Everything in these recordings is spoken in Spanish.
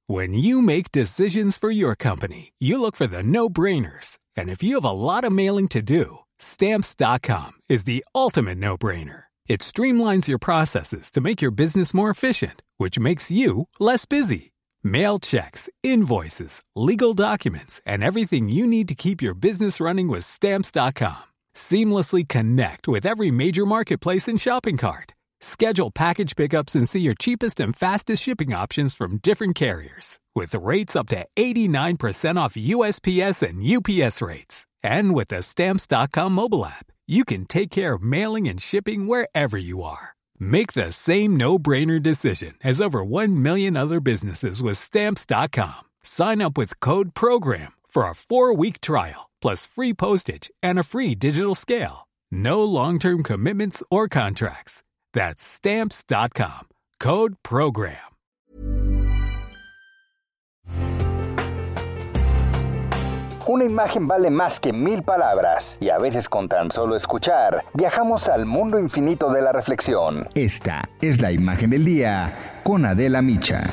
When you make decisions for your company, you look for the no-brainers. And if you have a lot of mailing to do, Stamps.com is the ultimate no-brainer. It streamlines your processes to make your business more efficient, which makes you less busy. Mail checks, invoices, legal documents, and everything you need to keep your business running with Stamps.com. Seamlessly connect with every major marketplace and shopping cart. Schedule package pickups and see your cheapest and fastest shipping options from different carriers, with rates up to 89% off USPS and UPS rates. And with the Stamps.com mobile app, you can take care of mailing and shipping wherever you are. Make the same no-brainer decision as over 1 million other businesses with Stamps.com. Sign up with code PROGRAM for a 4-week trial, plus free postage and a free digital scale. No long-term commitments or contracts. That's Stamps.com. Code PROGRAM. Una imagen vale más que 1000 palabras, y a veces con tan solo escuchar, viajamos al mundo infinito de la reflexión. Esta es la imagen del día con Adela Micha.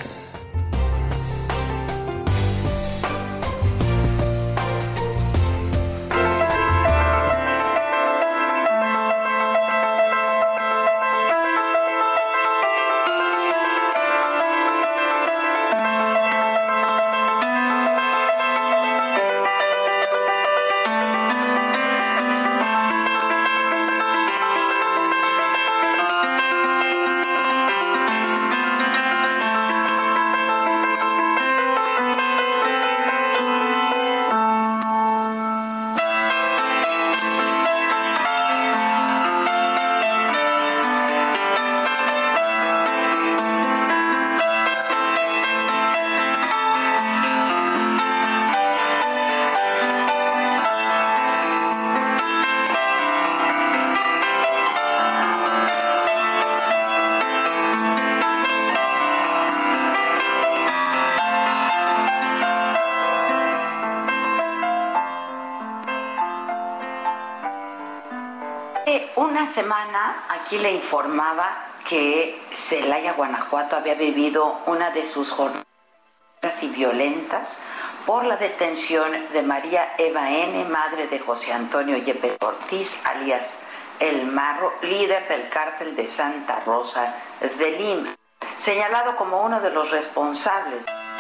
Una semana aquí le informaba que Celaya, Guanajuato, había vivido una de sus jornadas y violentas por la detención de María Eva N., madre de José Antonio Yepes Ortiz, alias El Marro, líder del cártel de Santa Rosa de Lima, señalado como uno de los responsables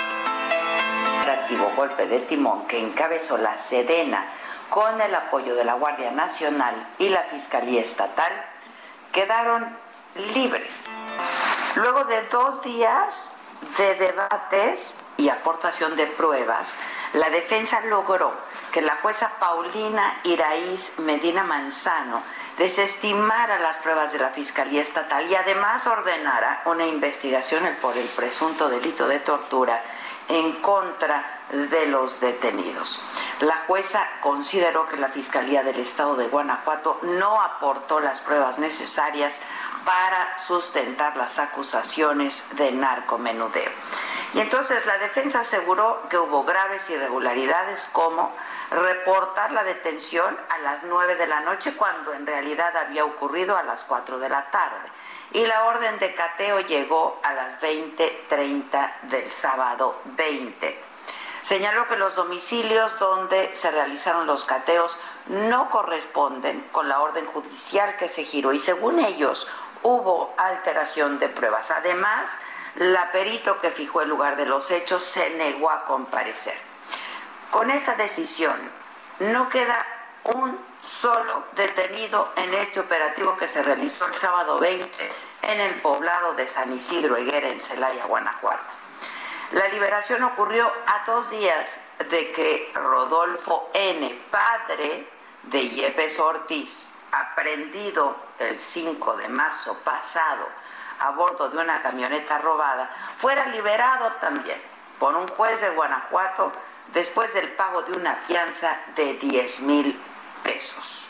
del operativo golpe de timón que encabezó la Sedena con el apoyo de la Guardia Nacional y la Fiscalía Estatal. Quedaron libres. Luego de 2 días de debates y aportación de pruebas, la defensa logró que la jueza Paulina Iraíz Medina Manzano desestimara las pruebas de la Fiscalía Estatal y además ordenara una investigación por el presunto delito de tortura en contra de los detenidos. La jueza consideró que la Fiscalía del Estado de Guanajuato no aportó las pruebas necesarias para sustentar las acusaciones de narcomenudeo. Y entonces la defensa aseguró que hubo graves irregularidades, como reportar la detención a las 9 de la noche cuando en realidad había ocurrido a las 4 de la tarde. Y la orden de cateo llegó a las 20:30 del sábado 20. Señaló que los domicilios donde se realizaron los cateos no corresponden con la orden judicial que se giró y según ellos hubo alteración de pruebas. Además, la perito que fijó el lugar de los hechos se negó a comparecer. Con esta decisión no queda un solo detenido en este operativo que se realizó el sábado 20 en el poblado de San Isidro Higuera, en Celaya, Guanajuato. La liberación ocurrió a 2 días de que Rodolfo N., padre de Yepes Ortiz, aprehendido el 5 de marzo pasado a bordo de una camioneta robada, fuera liberado también por un juez de Guanajuato después del pago de una fianza de 10,000 pesos.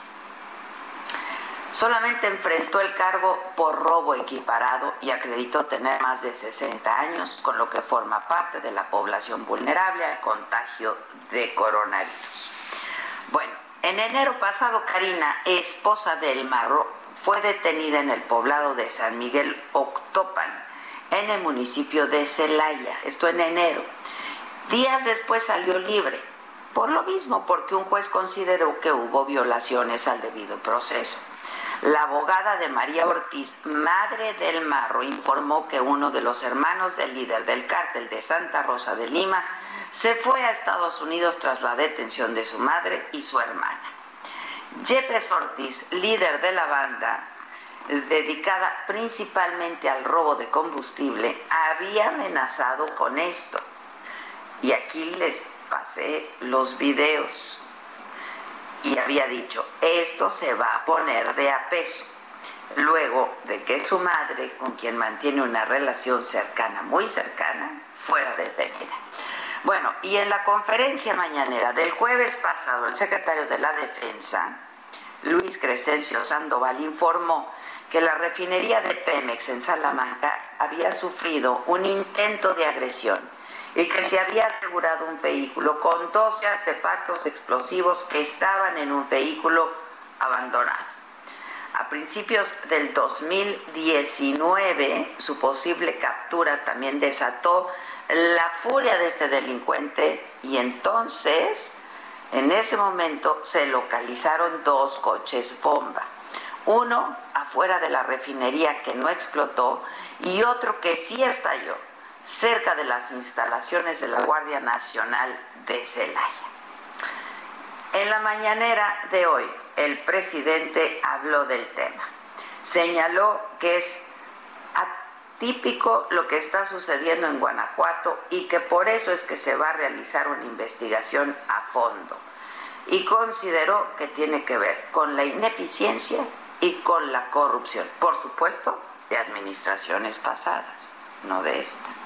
Solamente enfrentó el cargo por robo equiparado y acreditó tener más de 60 años, con lo que forma parte de la población vulnerable al contagio de coronavirus. Bueno, en enero pasado, Karina, esposa del Marro, fue detenida en el poblado de San Miguel Octopan en el municipio de Celaya, esto en enero. Días después salió libre, por lo mismo, porque un juez consideró que hubo violaciones al debido proceso. La abogada de María Ortiz, madre del Marro, informó que uno de los hermanos del líder del cártel de Santa Rosa de Lima se fue a Estados Unidos tras la detención de su madre y su hermana. Yepes Ortiz, líder de la banda, dedicada principalmente al robo de combustible, había amenazado con esto. Y aquí les pasé los videos. Y había dicho, esto se va a poner de a peso. Luego de que su madre, con quien mantiene una relación cercana, muy cercana, fuera detenida. Bueno, y en la conferencia mañanera del jueves pasado, el secretario de la Defensa, Luis Crescencio Sandoval, informó que la refinería de Pemex en Salamanca había sufrido un intento de agresión y que se había asegurado un vehículo con 12 artefactos explosivos que estaban en un vehículo abandonado. A principios del 2019, su posible captura también desató la furia de este delincuente y entonces, en ese momento, se localizaron 2 coches bomba. Uno afuera de la refinería que no explotó y otro que sí estalló cerca de las instalaciones de la Guardia Nacional de Celaya. En la mañanera de hoy, el presidente habló del tema. Señaló que es atípico lo que está sucediendo en Guanajuato y que por eso es que se va a realizar una investigación a fondo. Y consideró que tiene que ver con la ineficiencia y con la corrupción, por supuesto, de administraciones pasadas, no de esta.